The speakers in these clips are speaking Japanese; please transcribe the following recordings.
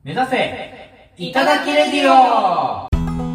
目指せいただきレディオ。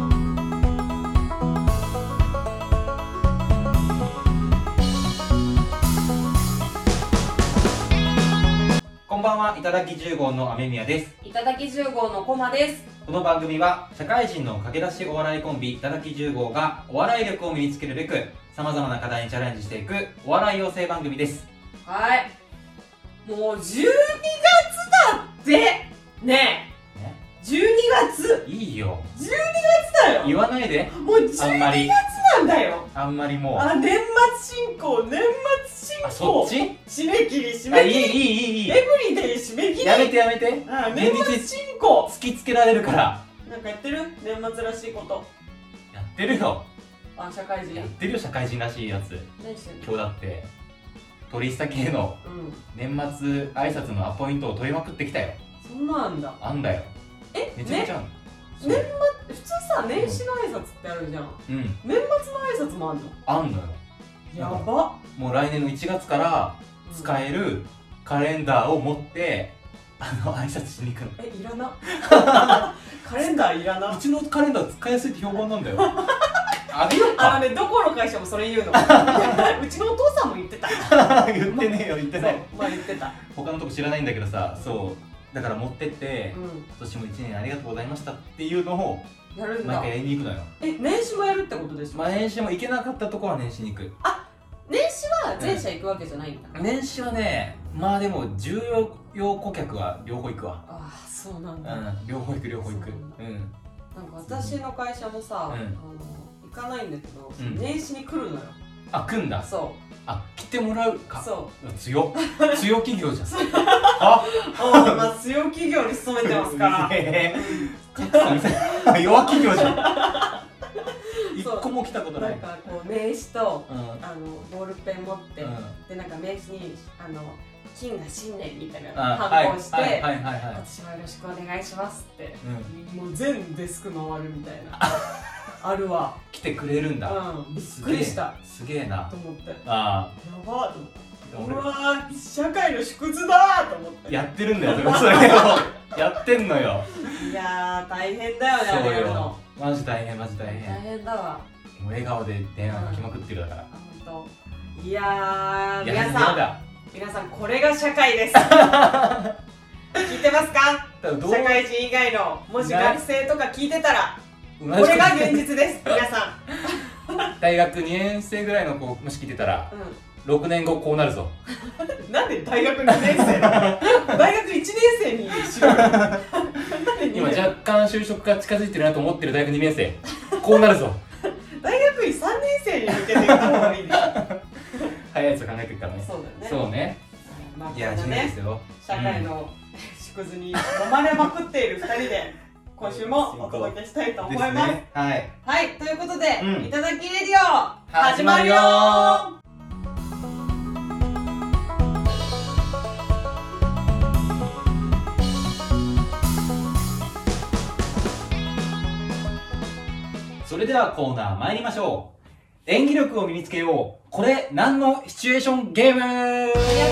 こんばんは、いただき10号の雨宮です。 いただき10号のコマです。 この番組は社会人の駆け出しお笑いコンビいただき10号がお笑い力を身につけるべく様々な課題にチャレンジしていくお笑い養成番組です。 はい。もう12月だってねえ、12月いいよ、 12月だよ。 言わないで。 もう12月なんだよ。 あんまりもう年末進行あ、そっち締め切り締め切りいいエブリデイ締め切りやめて年末進行突きつけられるから。 なんかやってる年末らしいこと。 やってるよ。 社会人やってるよ、社会人らしいやつ。 何してんの？ 今日だって取引先への年末挨拶のアポイントを取りまくってきたよ。 そんなんあんだ。 あんだよ。めちゃめちゃあんの。 年末普通さ、年始の挨拶ってあるじゃん。年末の挨拶もあんの？あんのよ。やば。 もう来年の1月から使えるカレンダーを持って挨拶しに行くの。 いらな。カレンダーいらな。 うちのカレンダー使いやすいって評判なんだよ。あげようか。 どこの会社もそれ言うの。うちのお父さんも言ってた。 言ってねえよ、言ってない。 言ってた。 他のとこ知らないんだけどさ、そうだから持ってって、今年も1年ありがとうございましたっていうのをやるんだ。 毎回やりに行くのよ。 年始もやるってことでしょ？ 年始も行けなかったとこは年始に行く。 年始は全社行くわけじゃないんだ。 年始はね、でも重要顧客は両方行くわ。 そうなんだ。 両方行く。 なんか私の会社もさ、行かないんだけど、年始に来るのよ。 来んだ。 そう。 来てもらうか。 そう。 強企業じゃん。 強企業に勤めてますから。 弱企業じゃん。一個も来たことない。 なんかこう名刺とボールペン持って、でなんか名刺に金が新年みたいなハンコして、私はよろしくお願いしますって、もう全デスク回るみたいな。あるわ。 来てくれるんだ。 びっくりした。 すげえなと思って。やばーと思って。うわー、社会の縮図だーと思って。 やってるんだよ、それをやってんのよ。 いやー、大変だよね、あれやるの。 マジ大変。大変だわ。 もう笑顔で電話が来まくってるだから。 ほんと。いやー、皆さんこれが社会です。聞いてますか？社会人以外のもし学生とか聞いてたらこれが現実です、皆さん。 大学2年生ぐらいの子もし聞いてたら、6年後こうなるぞ。 なんで大学2年生大学1年生にしろよ。 今若干就職が近づいてるなと思ってる大学2年生こうなるぞ。 大学院3年生に向けていった方がいいです。 早いやつを考えてるからね。そうね。いや、地味ですよ。 社会の縮図に揉まれまくっている2人で今週もお届けしたいと思います。はい、ということで、いただきレディオ始まるよー。 それではコーナー参りましょう。演技力を身につけよう。これ何のシチュエーションゲーム。 や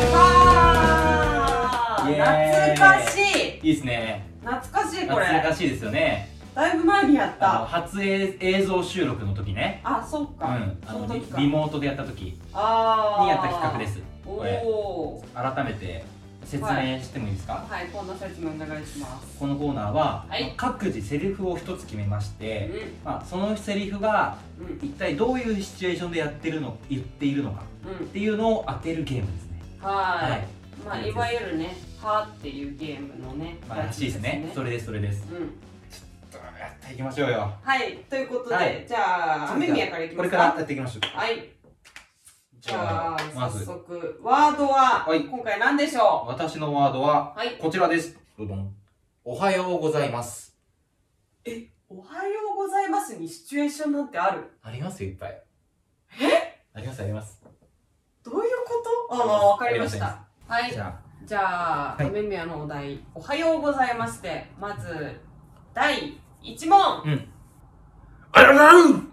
ったー。懐かしい。 いいですね。 懐かしい。これ懐かしいですよね。 だいぶ前にやった。 初映像収録の時ね。 そっか。 リモートでやった時にやった企画です。これ改めて説明してもいいですか？ こんな説明お願いします。 このコーナーは各自セリフを一つ決めまして、そのセリフが一体どういうシチュエーションで言っているのかっていうのを当てるゲームですね。 いわゆるね、はっていうゲームのね。 らしいですね。それです。ちょっとやっていきましょうよ。 ということで、じゃあ雨宮からいきますか。 これからやっていきましょう。 じゃあ早速ワードは今回何でしょう？ 私のワードはこちらです。おはようございます。 おはようございますにシチュエーションなんてある？ ありますよ、いっぱい。あります。 どういうこと？わかりました。じゃあ雨宮のお題おはようございますで、まず第1問。 あららん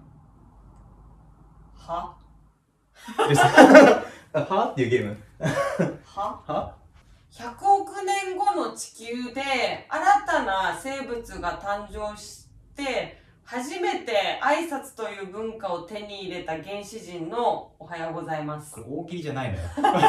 ははっていうゲーム。 は 100億年後の地球で新たな生物が誕生して初めて挨拶という文化を手に入れた原始人のおはようございます。 これ大喜利じゃないのよ。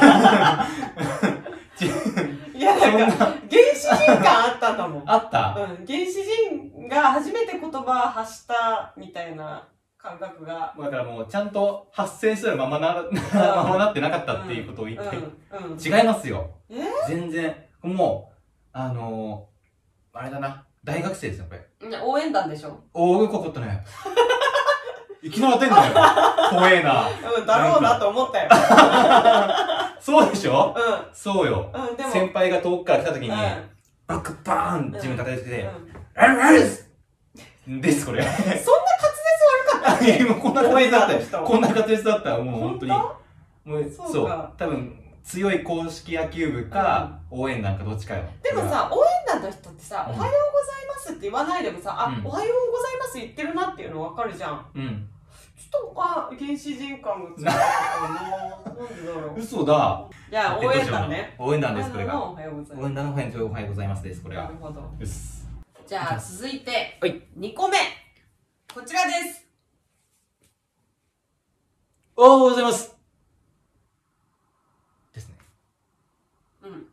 いやなんか原始人感あったんだもん。 あった。 うん、原始人が初めて言葉を発したみたいな感覚が。 だからもうちゃんと発生するままなってなかったっていうことを言って、違いますよ。全然もうあれだな、大学生ですよこれ。 応援団でしょ。 おお、よかったね。いきなり当てんだよ。怖えな。 だろうなと思ったよ。 そうでしょ。そうよ。 でも先輩が遠くから来た時にバックバーン自分叩いてて、あれですこれ。そんな滑舌悪かったっけ？ こんな滑舌だったよ。こんな滑舌だった。もう本当に。もうそう。多分強い硬式野球部か応援団かどっちかよ。 でもさ、応援団の人ってさ、おはようございますって言わないでもさ、おはようございます言ってるなっていうの分かるじゃん。ちょっと原始人感が強いからな。なんでだろう。 嘘だ。 いや、応援団ね。 応援団です、これが。 応援団のおはようございますです、これは。 なるほど。 うっす。 じゃあ、続いて、2個目。こちらです。 おはようございます。ですね。 そんなに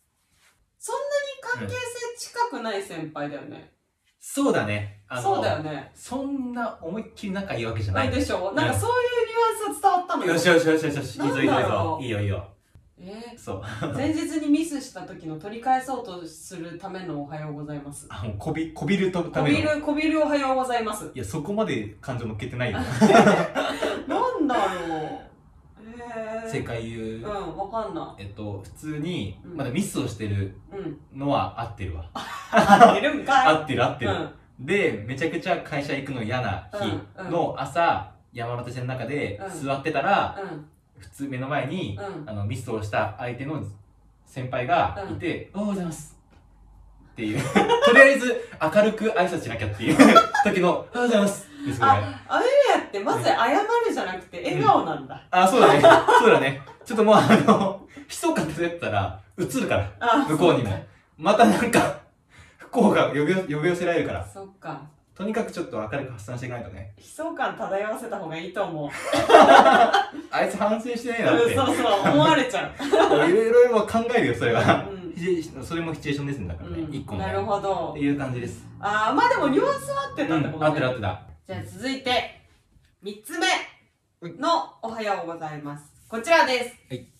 関係性近くない先輩だよね。 そうだね。 そうだよね。 そんな思いっきり仲いいわけじゃない。 でしょ？なんかそういうニュアンスは伝わったのよ。 よしよしよしよしよし。いいぞいいぞいいぞ。いいよいいよ。そう。 前日にミスした時の取り返そうとするためのおはようございます。 もうこびるための。 こびるおはようございます。 いや、そこまで感情乗っけてないよ。 なんだろう。 正解言う。 わかんない。 普通に、まだミスをしてるのは合ってるわ。 合ってるんかい？ 合ってる合ってる。で、めちゃくちゃ会社行くの嫌な日の朝、山手線の中で座ってたら、普通目の前にミスをした相手の先輩がいて、おはようございますっていう、とりあえず明るく挨拶しなきゃっていう時の、おはようございますですね。 アメリアってまず謝るじゃなくて笑顔なんだ。 そうだね。そうだね。ちょっともう密かってやったら映るから、向こうにも。またなんか、不幸が呼び寄せられるから。 そっか。 とにかくちょっと明るく発散していかないとね。 悲壮感漂わせた方がいいと思う。 あいつ反省してないなって。 そう思われちゃう。 いろいろ考えるよ、それは。それもシチュエーションですんだからね。一個の。 なるほど。 っていう感じです。 まあでもニュアンスは合ってたってことね。 合ってる合ってた。 じゃあ続いて、3つ目のおはようございます。こちらです。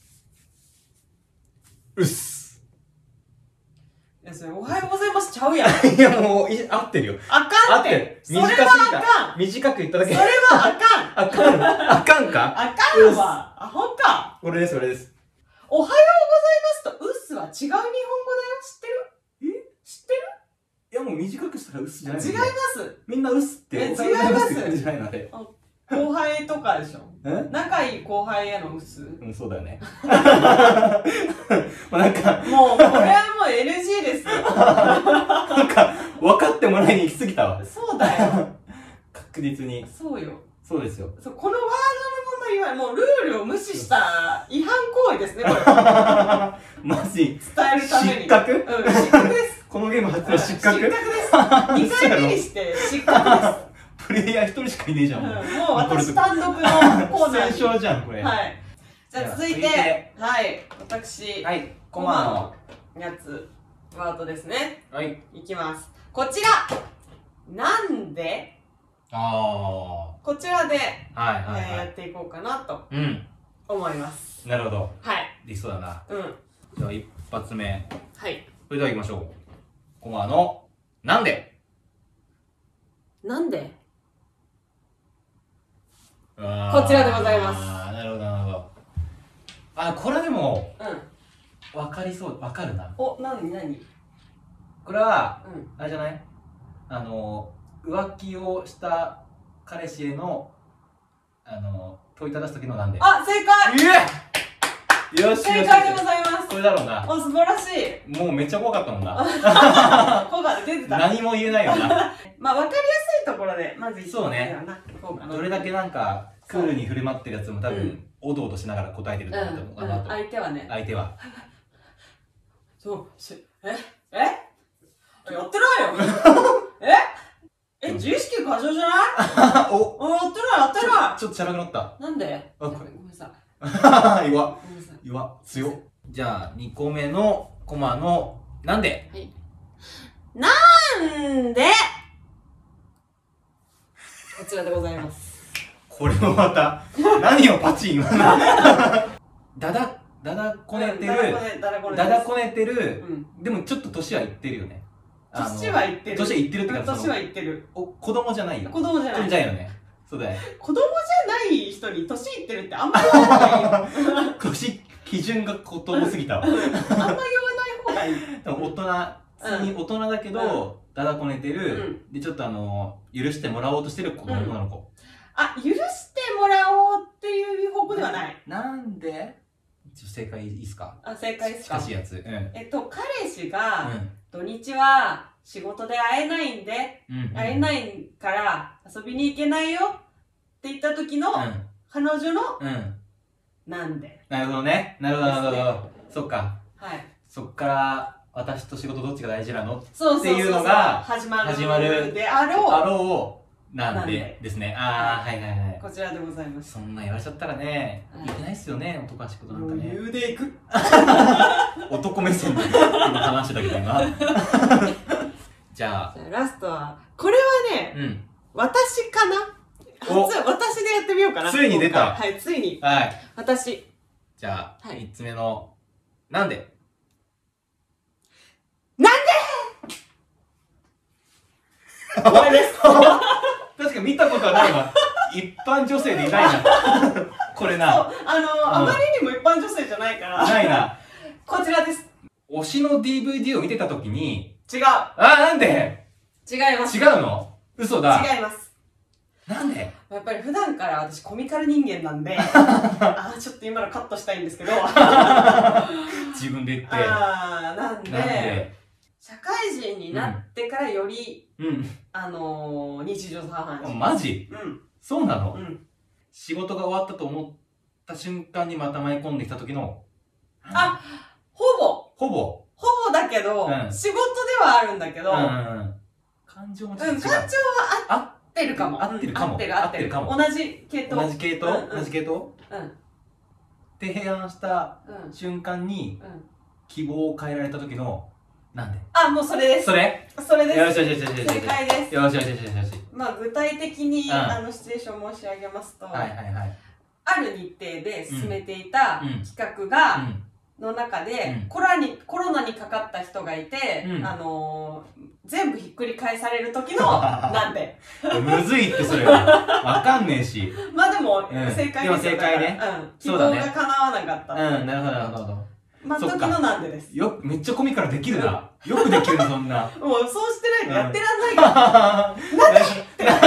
うっす。 それおはようございますちゃうやん。 いやもう合ってるよ。 あかんって。それはあかん。 短く言っただけ。 それはあかん。 あかんか？ あかんわ。アホか。 これです、これです。 おはようございますとうっすは違う日本語だよ。知ってる？知ってる？ いやもう短くしたらうっすじゃない。 違います。 みんなうっすって。 違います。 じゃないので。 後輩とかでしょ。仲いい後輩へのうっす。 そうだよね。なんかもうこれはもう NG ですよ。 なんか分かってもらいに行き過ぎたわ。 そうだよ。 確実に。 そうよ。 そうですよ。 このワードのまま言わない、もうルールを無視した違反行為ですね、これ。 マジ伝えるために。 失格？ 失格です。 このゲーム初の失格？ 失格です。2回目にして失格です。 プレイヤー1人しかいねえじゃん。もう私単独のコーナーに。 最初じゃん、これ。 はい。じゃあ続いて、私、コマのやつ、ワードですね。いきます。こちら、なんでこちらでやっていこうかなと思います。 なるほど。 はい。 できそうだな。じゃあ一発目。 はい。 それでは行きましょう。コマの、なんでなんでこちらでございます。 なるほどなるほど。これはでもわかりそう、わかるな。 何これはあれじゃない？浮気をした彼氏への問いただす時のなんで。 正解。 よし正解でございます。 これだろうな。 素晴らしい。 もうめっちゃ怖かったもんな。 怖かった、出てた。 何も言えないよな。 まあ分かりやすいところでまずそうね。どれだけなんかクールに振る舞ってるやつも多分おどおどしながら答えてると思う。 相手はね。 相手は。 やってないよ自意識過剰じゃないおやってないちょっとチャラくなった。 なんでごめんなさい。 弱強っ。じゃあ2個目のコマのなんで、 はい、なんでこちらでございます。 これもまた何をパチンだだこねてる、でもちょっと年はいってるよね。 年はいってるってか、年はいってる。 子供じゃないよ。 子供じゃないよね。そうだよ。 子供じゃない人に年いってるってあんまり言わないよ。 年基準が子供すぎたわ。 あんま言わない方がいい。 大人だけど、だだこねてる、でちょっと許してもらおうとしてる女の子。 許してもらおうっていう方向ではない。 なんで？正解いいっすか？ 正解っすか？ 近しいやつ。 彼氏が、土日は仕事で会えないんで、会えないから遊びに行けないよって言った時の、彼女の、なんで。 なるほどね。なるほど。そっか。 はい。 そっから、私と仕事どっちが大事なのっていうのが始まるであろう。 なんでですね。はい。 こちらでございます。 そんな言われちゃったらね、いけないっすよね、男は仕事なんかね。 余裕でいく。 男目線で今話してたけど今。じゃあラストは、これはね、私かな。私でやってみようかな。 ついに出た。 はい、ついに。 はい。 私。 じゃあ、3つ目の、なんでこれです。 確か見たことはないわ。一般女性でいないな。これな。 あまりにも一般女性じゃないから。 ないな。 こちらです。 推しの DVD を見てたときに。 違う。 なんで？ 違います。 違うの？嘘だ。 違います。 なんで？ やっぱり普段から私コミカル人間なんで、ちょっと今のカットしたいんですけど。 自分で言って。 なんで、社会人になってからより、日常茶飯事。 マジ？そうなの？仕事が終わったと思った瞬間にまた舞い込んできた時の。 ほぼだけど、仕事ではあるんだけど、 感情も感情は合ってるかも。合ってるかも。同じ系統って提案した瞬間に希望を変えられた時のなんで？ もうそれです。 それです。 正解です。 よし。 具体的にシチュエーション申し上げますと、ある日程で進めていた企画がの中でコロナにかかった人がいて、全部ひっくり返される時のなんで。 むずいってそれは。わかんねえし。 まあでも正解です。 でも正解ね。 希望が叶わなかった。 なるほど。 時のなんでです。 めっちゃコミカルできるな。よくできるな、そんな。 もうそうしてないとやってらんないから。なんでってな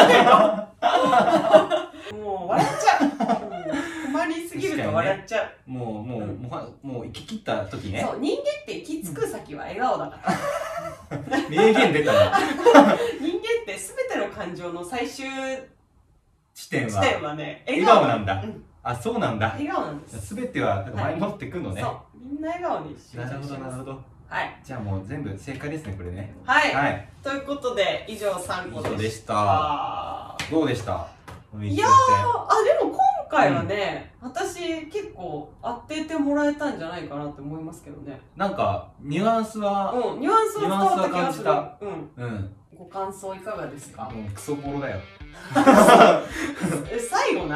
ってんの。もう笑っちゃう。困りすぎると笑っちゃう。 もう生き切った時ね。 そう、人間って行き着く先は笑顔だから。 名言出たな。 人間って全ての感情の最終地点はね、 笑顔なんだ。そうなんだ。 笑顔なんです。 全ては前に持ってくんのね。 そう、みんな笑顔にしなるほど。 はい。 じゃあもう全部正解ですね、これね。 はい。ということで、以上3個でした。 どうでした？ いやでも今回はね、私結構当ててもらえたんじゃないかなって思いますけどね。 なんか、ニュアンスは伝わった気がする。ご感想いかがですか？ クソボロだよ。 最後な。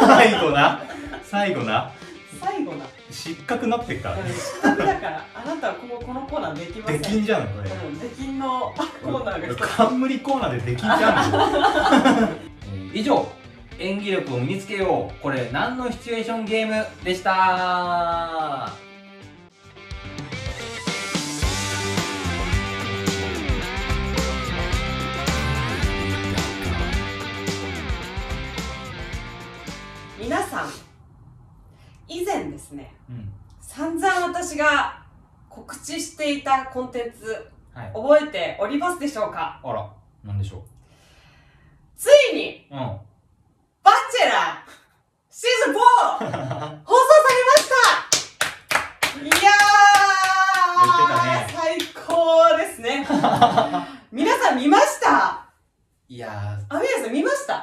失格なってっから。 失格だから、あなたはこのコーナーできません。 できんじゃん、これ。 できんのコーナーが一つ。 冠コーナーでできんじゃん。以上、演技力を身につけよう。これ何のシチュエーションゲームでした。 皆さん、以前ですね、散々私が告知していたコンテンツ、覚えておりますでしょうか？ あら、なんでしょう。 ついに、バチェラーシーズン4放送されました。いやー、 言ってたね。 皆さん見ました？ いやー。雨宮さん見ました？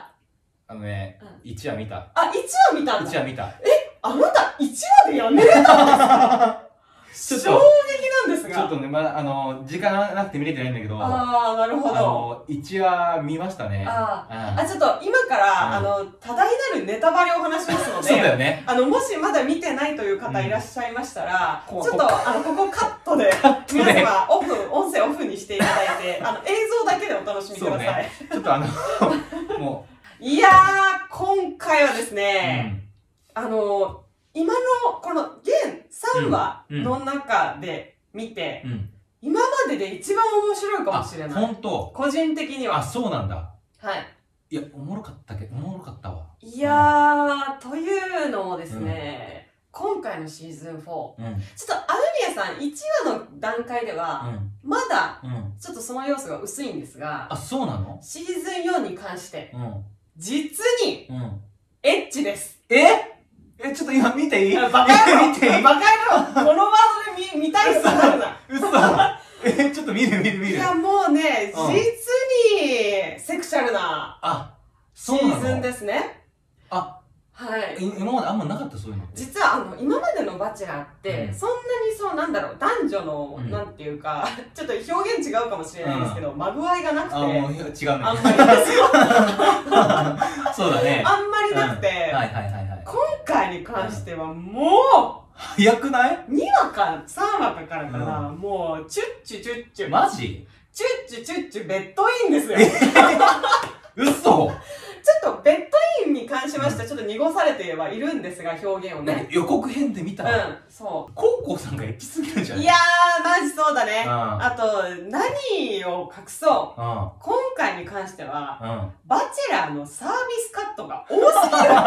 1話見た。 あ、1話見たんだ。 1話見た。 あなた1話でやめれたんですか？衝撃なんですが。 ちょっとね、時間なくて見れてないんだけど。 ああ、なるほど。 1話見ましたね。 ちょっと今から、多大なるネタバレを話しますので、 そうだよね。 もしまだ見てないという方いらっしゃいましたら、ちょっと、ここカットで、皆様、音声オフにしていただいて、映像だけでお楽しみください。 ちょっともう。いやー、今回はですね、今のこの現3話の中で見て、今までで一番面白いかもしれない。 本当？ 個人的には。あ、 そうなんだ。 はい。 いや、おもろかったわ。 いやー、というのもですね、今回のシーズン4、ちょっと雨宮さん1話の段階では、まだ、ちょっとその要素が薄いんですが、 あ、そうなの？ シーズン4に関して、実に、エッチです。 ちょっと今見ていい？ バカ野郎！このワードで見たい人になるな。 嘘。ちょっと見る。 いや、もうね、実にセクシャルなシーズンですね。はい。 今まであんまなかった、そういうの。 実は今までのバチェラーって、そんなに男女の、なんていうか、ちょっと表現違うかもしれないですけど、まぐわいがなくて。 違うね。 あんまりですよ。 そうだね。 あんまりなくて、今回に関してはもう、 早くない？ 2話か3話からかな、もう、チュッチュチュッチュ。 マジ？ チュッチュチュッチュベッドインですよ。 嘘？ ちょっとベッドインに関しましてはちょっと濁されてはいるんですが、表現をね。 予告編で見た？ そう。 コウコウさんがエッチすぎるんじゃない？ いやー、マジそうだね。あと、何を隠そう。今回に関しては、バチェラーのサービスカットが多すぎる。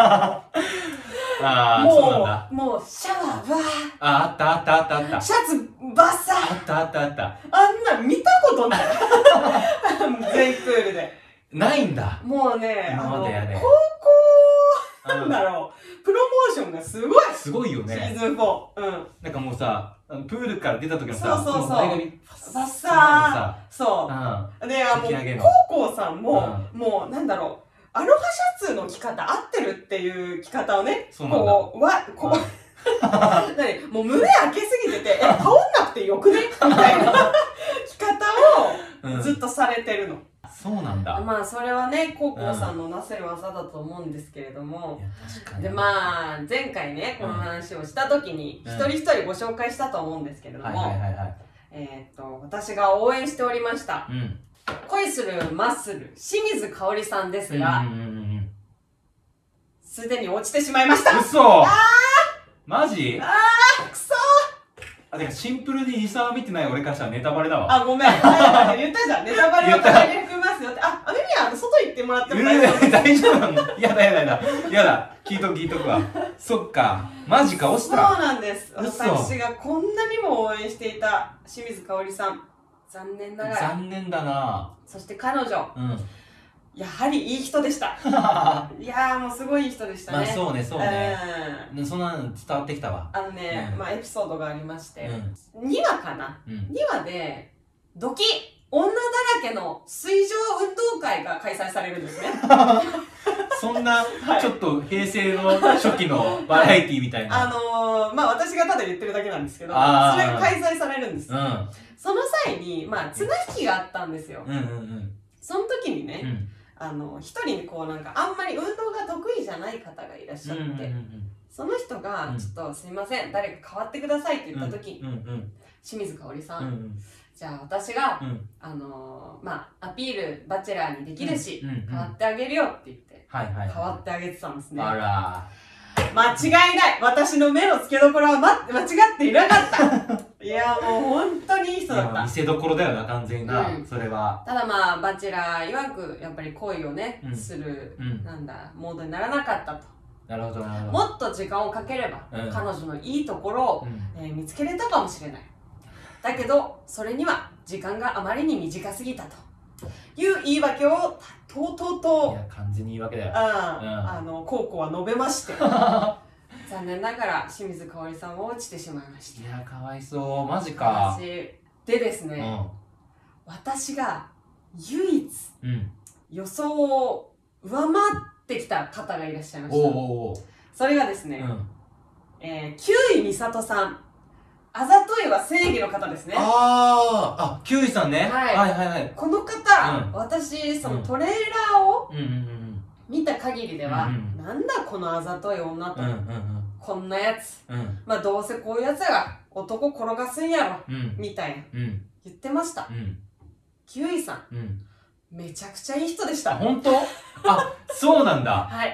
そうなんだ。 もう、シャワー、わー。 あった。 シャツ、バッサー。 あった。 あんな見たことない。全クールで。 ないんだ。 もうね、 高校、 なんだろう、プロモーションがすごい。 すごいよね。 シーズン4。 なんかもうさ、プールから出た時のさ、 そう。 前髪バッサー。そう。で、高校さんも、もうなんだろう、アロハシャツの着方合ってるっていう着方をね、もう胸開けすぎてて、羽織んなくてよくねみたいな着方をずっとされてるの。 そうなんだ。 まあそれはね、高校さんのなせる技だと思うんですけれども、でまあ前回ねこの話をした時に一人一人ご紹介したと思うんですけれども、私が応援しておりました恋するマッスル清水かおりさんですが、すでに落ちてしまいました。 嘘！マジ？ くそてかシンプルにリサー見てない俺からしたらネタバレだわ。 ごめん。言ったじゃん。ネタバレを語り含みますよって。雨宮、外行ってもらっても大丈夫なの？やだ。聞いとくわ。そっか。マジか、落ちた。 そうなんです。私がこんなにも応援していた清水かおりさん。残念ながら。 残念だな。 そして彼女。やはりいい人でした。いやーもうすごいいい人でしたね。 まあそうね。そんなの伝わってきたわ。 まあエピソードがありまして、2話かな、2話で、ドキ女だらけの水上運動会が開催されるんですね。 そんな、ちょっと平成の初期のバラエティみたいな。 まあ私がただ言ってるだけなんですけど、それが開催されるんです。その際に、まあ綱引きがあったんですよ。その時にね、一人こうなんかあんまり運動が得意じゃない方がいらっしゃって、その人がちょっとすいません、誰か代わってくださいって言った時、清水かおりさん、じゃあ私が、まあアピールバチェラーにできるし、代わってあげるよって言って、代わってあげてたんですね。 あら。 間違いない。私の目の付けどころは間違っていなかった。いやもう本当にいい人だった。 見せどころだよな、完全にな、それは。 ただまあバチェラー曰くやっぱり恋をね、するモードにならなかったと。 なるほど。 もっと時間をかければ、彼女のいいところを、見つけれたかもしれない。だけどそれには時間があまりに短すぎたという言い訳をとうとうと、 いや完全に言い訳だよ。 高校は述べまして残念ながら清水かおりさんは落ちてしまいました。 いやかわいそう。マジか。 でですね、 私が唯一、予想を上回ってきた方がいらっしゃいました。それがですね、休井美里さん。あざといは正義の方ですね。 休井さんね。はい。 この方、私、そのトレーラーを見た限りでは、なんだこのあざとい女と、こんなやつ、まあどうせこういうやつが男転がすんやろ、みたいな、言ってました。休井さん、めちゃくちゃいい人でした。 本当？そうなんだ。 はい。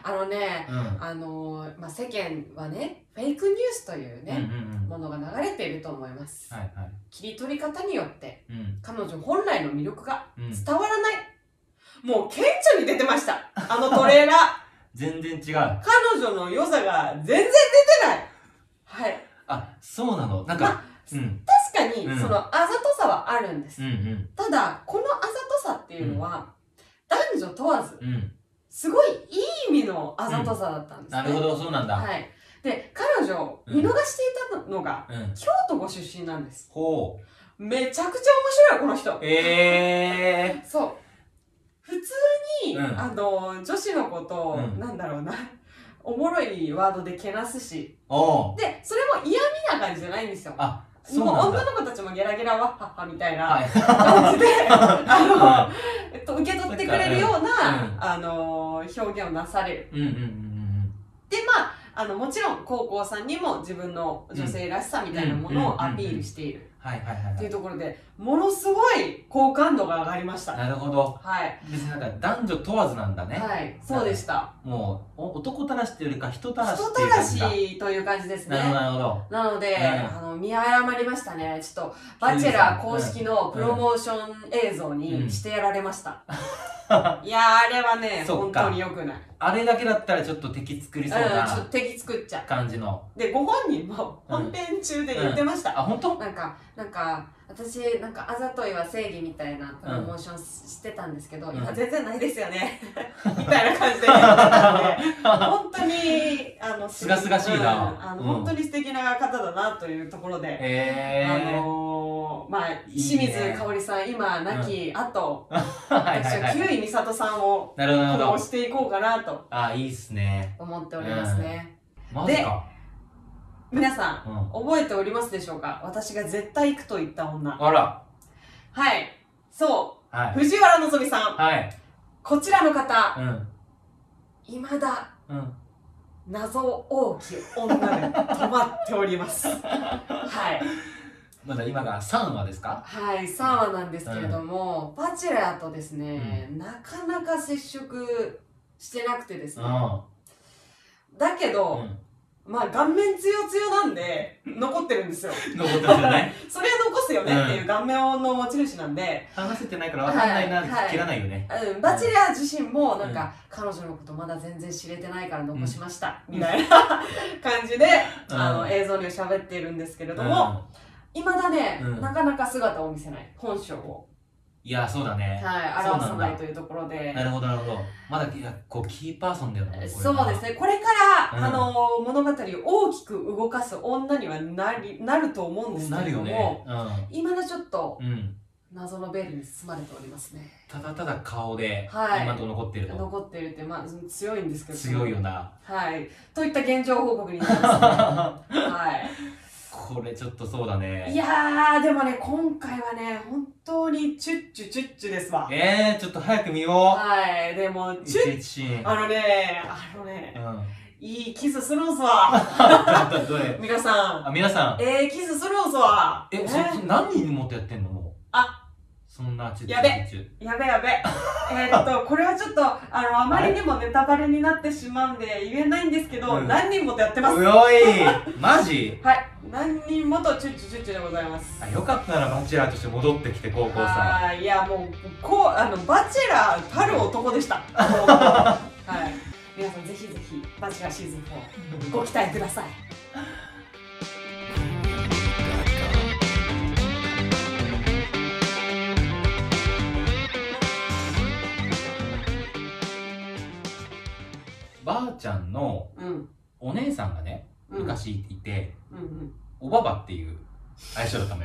まあ、世間はね、フェイクニュースというね、ものが流れていると思います。切り取り方によって、彼女本来の魅力が伝わらない。もう顕著に出てました。あのトレーラー。 全然違う。 彼女の良さが全然出てない。はい。 そうなの。なんか、 確かに、そのあざとさはあるんです。ただ、このあざとさっていうのは、男女問わず、すごいいい意味のあざとさだったんですね。 なるほど、そうなんだ。 はい。で、彼女、見逃していたのが、京都ご出身なんです。めちゃくちゃ面白い、この人。そう。普通に、女子のことを、なんだろうな、おもろいワードでけなすし、で、それも嫌味な感じじゃないんですよ。もう女の子たちもゲラゲラワッハッハみたいな感じで、受け取ってくれるような、表現をなされる。で、まあ、もちろん高校さんにも自分の女性らしさみたいなものをアピールしている。っていうところで、ものすごい好感度が上がりました。 なるほど。別になんか男女問わずなんだね。 はい、そうでした。 もう、男たらしっていうよりか人たらしっていう感じだ。人たらしという感じですね。 なるほど。 なので、見誤りましたね。ちょっと、バチェラー公式のプロモーション映像にしてやられました。いやー、あれはね、本当に良くない。 あれだけだったらちょっと敵作りそうな。 ちょっと敵作っちゃう。 感じの。 で、ご本人も本編中で言ってました。 本当？ なんか、私、あざといは正義みたいなプロモーションしてたんですけど、今全然ないですよね。みたいな感じで言ってたんで、本当に、 すがすがしいな。 本当に素敵な方だなというところで、まあ、清水香織さん、今、亡き後、私は休井美里さんを、推していこうかなと。 いいっすね。 思っておりますね。 マジか。 皆さん、覚えておりますでしょうか？私が絶対行くと言った女。 はい。 そう。藤原希さん。こちらの方、未だ、謎多き女で止まっております。 まだ今が3話ですか？ はい、3話なんですけれども、バチェラーとですね、なかなか接触してなくてですね。だけど、まあ顔面つよつよなんで残ってるんですよ。 残ってますよね。 それは残すよねっていう顔面の持ち主なんで。 話せてないから分かんないなって切らないよね。 バチェラー自身もなんか彼女のことまだ全然知れてないから残しましたみたいな感じで映像に喋っているんですけれども、未だね、なかなか姿を見せない。本性を。 いや、そうだね。 表さないというところで。 なるほど、なるほど。まだ、こう、キーパーソンだよね。 そうですね。これから、物語を大きく動かす女にはなると思うんですけれども、今だちょっと、謎のベールに包まれておりますね。 ただただ顔で、今と残ってると。 残ってるって、まあ、強いんですけど。 強いよな。 はい。といった現状報告になりますね。はい。 これちょっとそうだね。 いやー、でもね、今回はね、本当にチュッチュチュッチュですわ。 ちょっと早く見よう。 はい、でも、チュッ、いいキスするんすわ。皆さん。 皆さん。 キスするんすわ。 何人もっとやってんのもう。そんなやべ。これはちょっと、あまりにもネタバレになってしまうんで言えないんですけど、何人もとやってます。 おいマジ？ はい。何人もとチュッチュチュッチュでございます。 よかったな、バチェラーとして戻ってきて、高校さん。 いや、もう、バチェラーたる男でした。はい。皆さん、ぜひぜひ、バチェラーシーズン4、ご期待ください。 ばあちゃんのお姉さんがね、昔いて、おばばっていう相性だったのよ。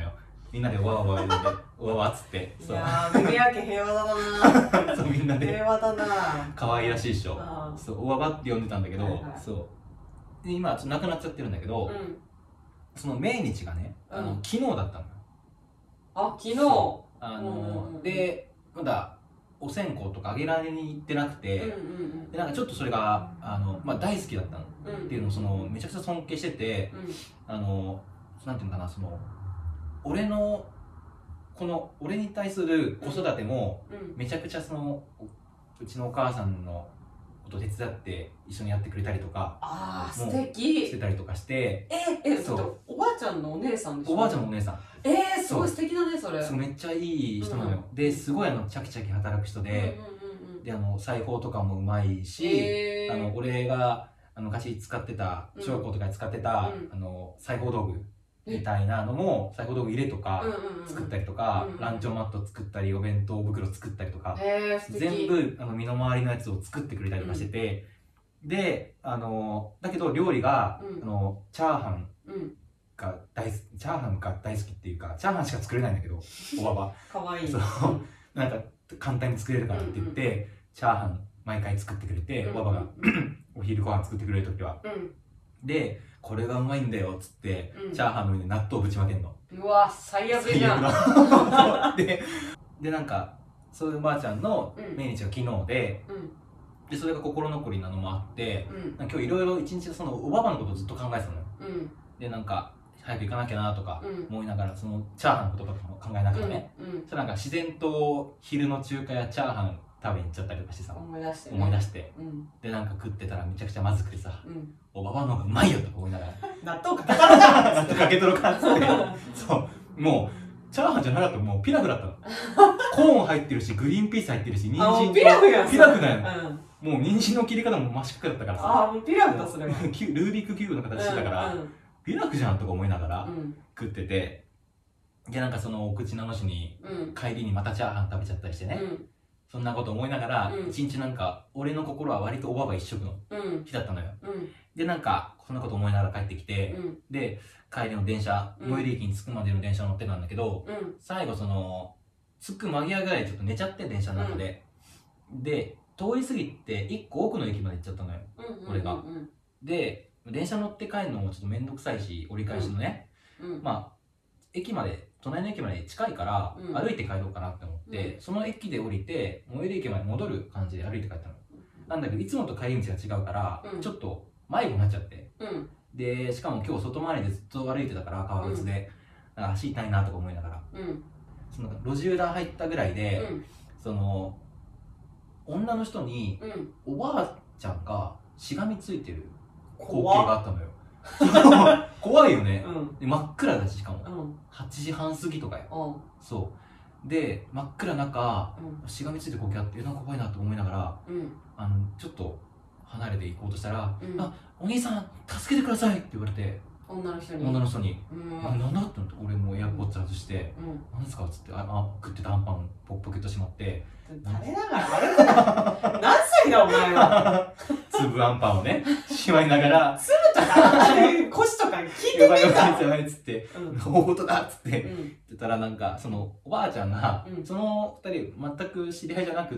みんなでわわわ言ってわわっつって。 いやー耳明け平和だな。 そうみんなで平和だな。 可愛らしいっしょ。そうわわって呼んでたんだけど、そうで今亡くなっちゃってるんだけど、その命日がね昨日だったのよ。 あ、昨日。 でまだお線香とかあげられに行ってなくて、でなんかちょっとそれがまあ、大好きだったの、っていうのをそのめちゃくちゃ尊敬してて、なんていうのかな、その俺に対する子育てもめちゃくちゃそのうちのお母さんのこと手伝って一緒にやってくれたりとか、 素敵してたりとかして、 そうおばあちゃんのお姉さんでしょ。 おばあちゃんのお姉さん。 すごい素敵だねそれ。 めっちゃいい人なのよ。ですごいチャキチャキ働く人で、で裁縫とかもうまいし、俺が昔使ってた小学校とかで使ってた裁縫道具みたいなのも、裁縫道具入れとか作ったりとか、ランチョンマット作ったり、お弁当袋作ったりとか、全部身の回りのやつを作ってくれたりとかしてて、でだけど料理がチャーハンが大好きっていうか、チャーハンしか作れないんだけど、おばばかわいい。 そうなんか簡単に作れるからって言って、チャーハン毎回作ってくれて、おばばがお昼ご飯作ってくれる時は、でこれがうまいんだよっつって、チャーハンの上で納豆ぶちまけんの。 うわ最悪じゃん。 でなんかそういうおばあちゃんの命日が昨日で、それが心残りなのもあって、今日いろいろ一日そのおばばのことをずっと考えてたのよ。でなんか早く行かなきゃなとか思いながら、そのチャーハンのこととかも考えながらね、それなんか自然と昼の中華やチャーハン食べに行っちゃったりとかしてさ、思い出して、でなんか食ってたらめちゃくちゃまずくてさ、おばばの方がうまいよとか思いながら、 納豆かけとろか納豆かけとろかっつってそうもうチャーハンじゃなかった、もうピラフだったの。コーン入ってるし、グリーンピース入ってるし、人参とピラフやん。 ピラフだよ。もう人参の切り方も真四角だったからさ、 もうピラフだそれ。ルービックキューブの形してたから、ピラフじゃんとか思いながら食ってて、でなんかそのお口直しに帰りにまたチャーハン食べちゃったりしてね、そんなこと思いながら一日なんか俺の心は割とおばば一色の日だったのよ。でなんかそんなこと思いながら帰ってきて、で帰りの電車、最寄り駅に着くまでの電車乗ってたんだけど、最後その着く間際ぐらいちょっと寝ちゃって、電車の中で。で通り過ぎて一個奥の駅まで行っちゃったのよ、俺が。で電車乗って帰るのもちょっと面倒くさいし、折り返しのね、まあ駅まで、隣の駅まで近いから歩いて帰ろうかなって思って、その駅で降りて最寄り駅まで戻る感じで歩いて帰ったの。なんだけどいつもと帰り道が違うから、ちょっと迷子になっちゃって、でしかも今日外回りでずっと歩いてたから革靴で、足痛いなとか思いながら、その路地裏入ったぐらいで、その女の人におばあちゃんがしがみついてる光景があったのよ。怖いよね、真っ暗だし、しかも8時半過ぎとかよ。そうで真っ暗中しがみついてる光景あって、なんか怖いなと思いながら、ちょっと離れて行こうとしたら、お兄さん助けてくださいって言われて、女の人になんだって思って、俺もエアポッツ外して「何ですか?」っつって、食ってたアンパンポケットしまって、 食べながら歩くな。何歳だお前は。 粒アンパンをねしまいながら、 粒とか腰とか聞いてねえかやばいっつって「大事だ」っつって言ってたら、なんかそのおばあちゃんが、その2人全く知り合いじゃなくって、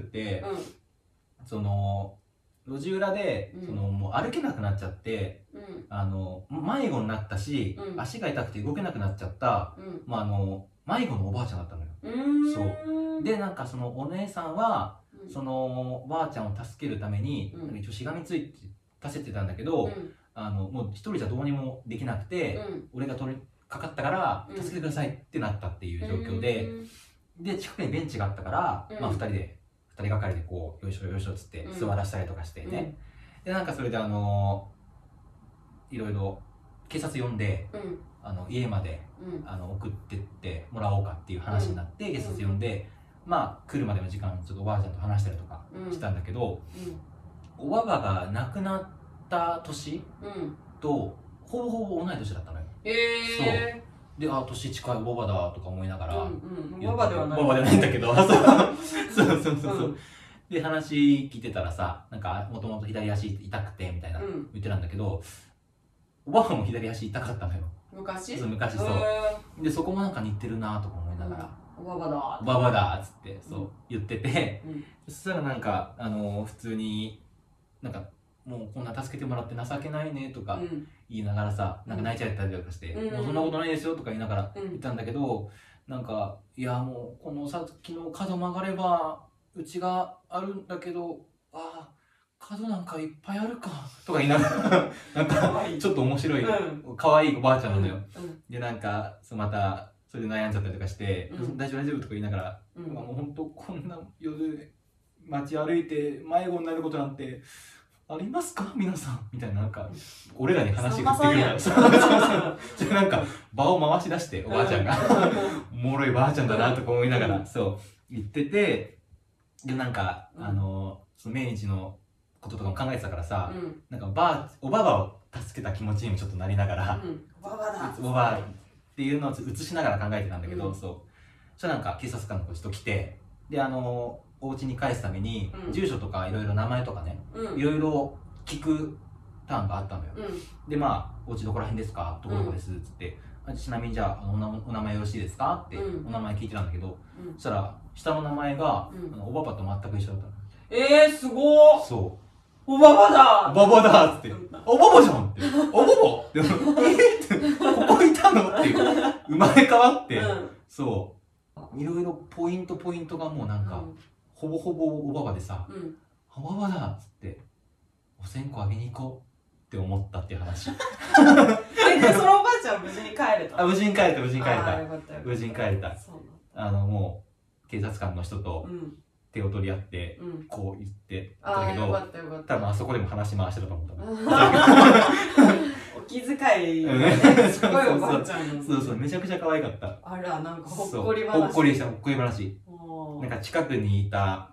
その路地裏でそのもう歩けなくなっちゃって、迷子になったし、足が痛くて動けなくなっちゃった、迷子のおばあちゃんだったのよ。そうでなんかそのお姉さんはそのおばあちゃんを助けるために一応しがみついて助けてたんだけど、もう一人じゃどうにもできなくて、俺が取りかかったから助けてくださいってなったっていう状況で、で近くにベンチがあったから、2人がかりでこうよいしょよいしょっつって座らせたりとかしてね、でなんかそれでいろいろ警察呼んで、家まで、送ってってもらおうかっていう話になって、警察呼んで、来るまでの時間ちょっとおばあちゃんと話したりとかしたんだけど、おばばが亡くなった年とほぼほぼ同い年だったのよ。そうで、年近いおばばだとか思いながら、 おばばではないんだけど、そうで話聞いてたらさ、なんかもともと左足痛くてみたいな言ってたんだけど、おばばも左足痛かったのよ。 昔そうでそこもなんか似てるなとか思いながら、 おばばだおばばだっつってそう言ってて、そしたらなんか普通になんかもうこんな助けてもらって情けないねとか言いながらさ、なんか泣いちゃったりとかして、もうそんなことないですよとか言いながら言ったんだけど、なんかいやもうこのさっきの角曲がればうちがあるんだけど、ああ角なんかいっぱいあるかとか言いながらなんかちょっと面白い可愛いおばあちゃんなのよ。でなんかまたそれで悩んじゃったりとかして「大丈夫大丈夫」とか言いながら「もうほんとこんな夜街歩いて迷子になることなんてありますか皆さん」みたいな、なんか俺らに話が振ってくるから、そうなんか場を回し出しておばあちゃんがおもろいばあちゃんだなとか思いながらそう言ってて、でなんかその命日のこととかも考えてたからさ、なんかおばばを助けた気持ちにもちょっとなりながら、 おばばだおばっていうのを映しながら考えてたんだけど、そうそしたらなんか警察官の人来て、でお家に返すために住所とかいろいろ名前とかね、いろいろ聞くターンがあったのよ。でまあ「お家どこら辺ですか？どこどこです」っつって「ちなみにじゃあお名前よろしいですか？」ってお名前聞いてたんだけど、そしたら下の名前がおばばと全く一緒だったの。 すごー。 そう。 おばばだおばばだっつって、おばばじゃんって、おばばってここいたのって生まれ変わって、そういろいろポイントがもうなんかほぼほぼおばばでさ、おばばだっつってお線香あげに行こうって思ったっていう話。 でそのおばあちゃん無事に帰れた？ 無事に帰れた無事に帰れた。もう警察官の人と手を取り合ってこう言ってたけど、多分あそこでも話回してたと思ったお気遣いがね、すごいおばあちゃん。 そうそうめちゃくちゃ可愛かった。 あらなんかほっこり話。 ほっこりしたほっこり話。なんか近くにいた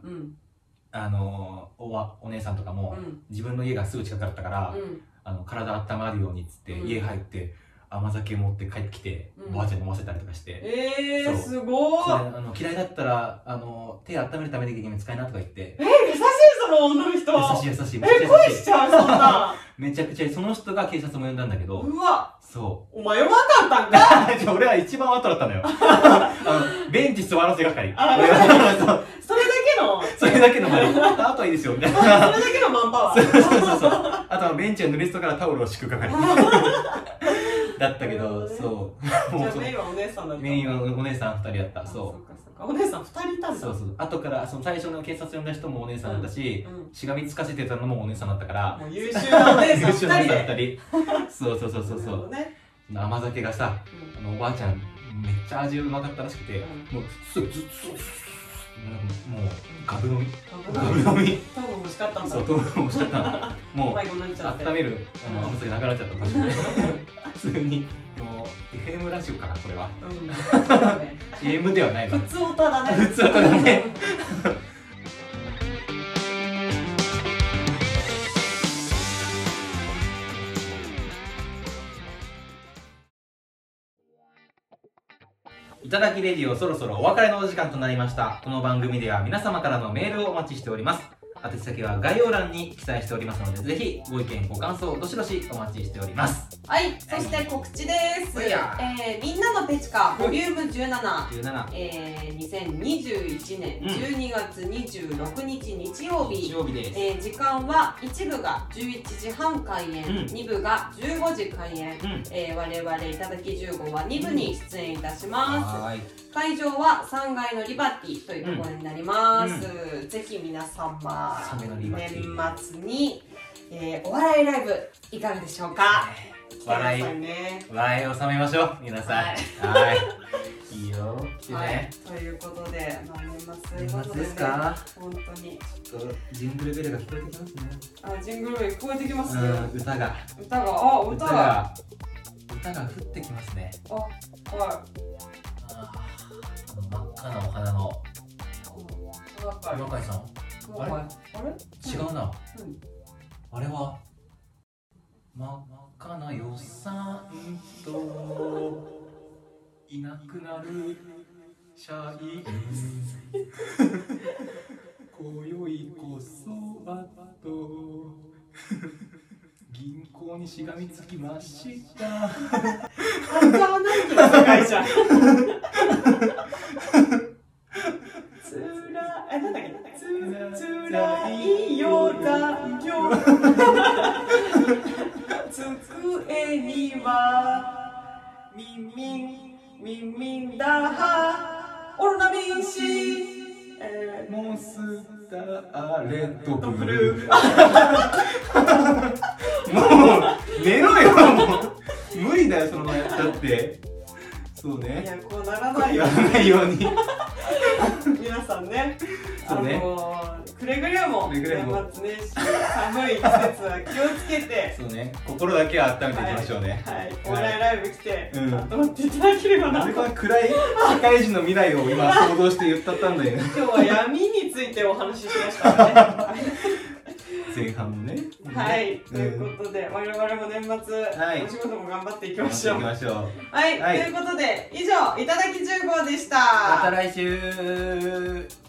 お姉さんとかも自分の家がすぐ近くだったから体温まるようにっつって家入って甘酒持って帰ってきておばあちゃんに飲ませたりとかして、 すごい嫌いだったら手温めるために使いなとか言って、 優しいその女の人。 優しい恋しちゃうそんな。 めちゃくちゃその人が警察も呼んだんだけど、 うわそうお前は分かったんか。 じゃあ俺は一番後だったのよ。ベンチ座らせ係。それだけの周り。あとはいいですよみたいな。それだけのマンパワー。 そうあとはベンチの濡れそうからタオルを敷く係だったけど、そう。 じゃあメインはお姉さんだった。 メインはお姉さん2人だった。そう。 お姉さん2人いたんだ。 そう後から最初の警察呼んだ人もお姉さんだったし、しがみつかせてたのもお姉さんだったから。 もう優秀なお姉さん 2人。そう甘酒がさ、おばあちゃんめっちゃ味うまかったらしくて、もうずっともうガブ飲み。 糖分欲しかったんだ。 そう糖分欲しかった。もう温める甘酒なくなっちゃった。普通にもう FM ラジオかなこれは。AM ではないわ。 普通歌だね。 普通歌だね。いただきレディオそろそろお別れのお時間となりました。この番組では皆様からのメールをお待ちしております。宛先は概要欄に記載しておりますので、ぜひご意見ご感想どしどしお待ちしております。 はい、そして告知です。みんなのペチカボリューム17、2021年12月26日日曜日です。時間は1部が11時半開演、2部が15時開演、我々いただき15は2部に出演いたします。会場は3階のリバティというところになります。ぜひ皆様年末に、お笑いライブいかがでしょうか。 笑いを収めましょう皆さん。いいよ来てね。 ということで年末ですか。 本当にちょっとジングルベルが聞こえてきますね。 ジングルベル聞こえてきますね。 歌が降ってきますね。真っ赤なお花の若井さん。あれ違うな。あれは真っ赤な予算といなくなる社員今宵こそはと銀行にしがみつきました。 いじゃん。なんだっけ、つらいよ残業。机には耳だはオロナミン C。 モンスターレッドブルー。もう寝ろよ、もう無理だよそのままやったって。そうね。 いや、こうならないように。 皆さんね、 そうね、 くれぐれも年末年始寒い季節は気をつけて、 そうね、心だけは温めていきましょうね。 はい、オンラインライブ来て温まっていただければな。 なんでこの暗い社会人の未来を今想像して言ったったんだよね。 今日は闇についてお話ししましたね。 前半のね。 はい、ということで我々も年末お仕事も頑張っていきましょう。はい、ということで以上いただき10号でした。 また来週。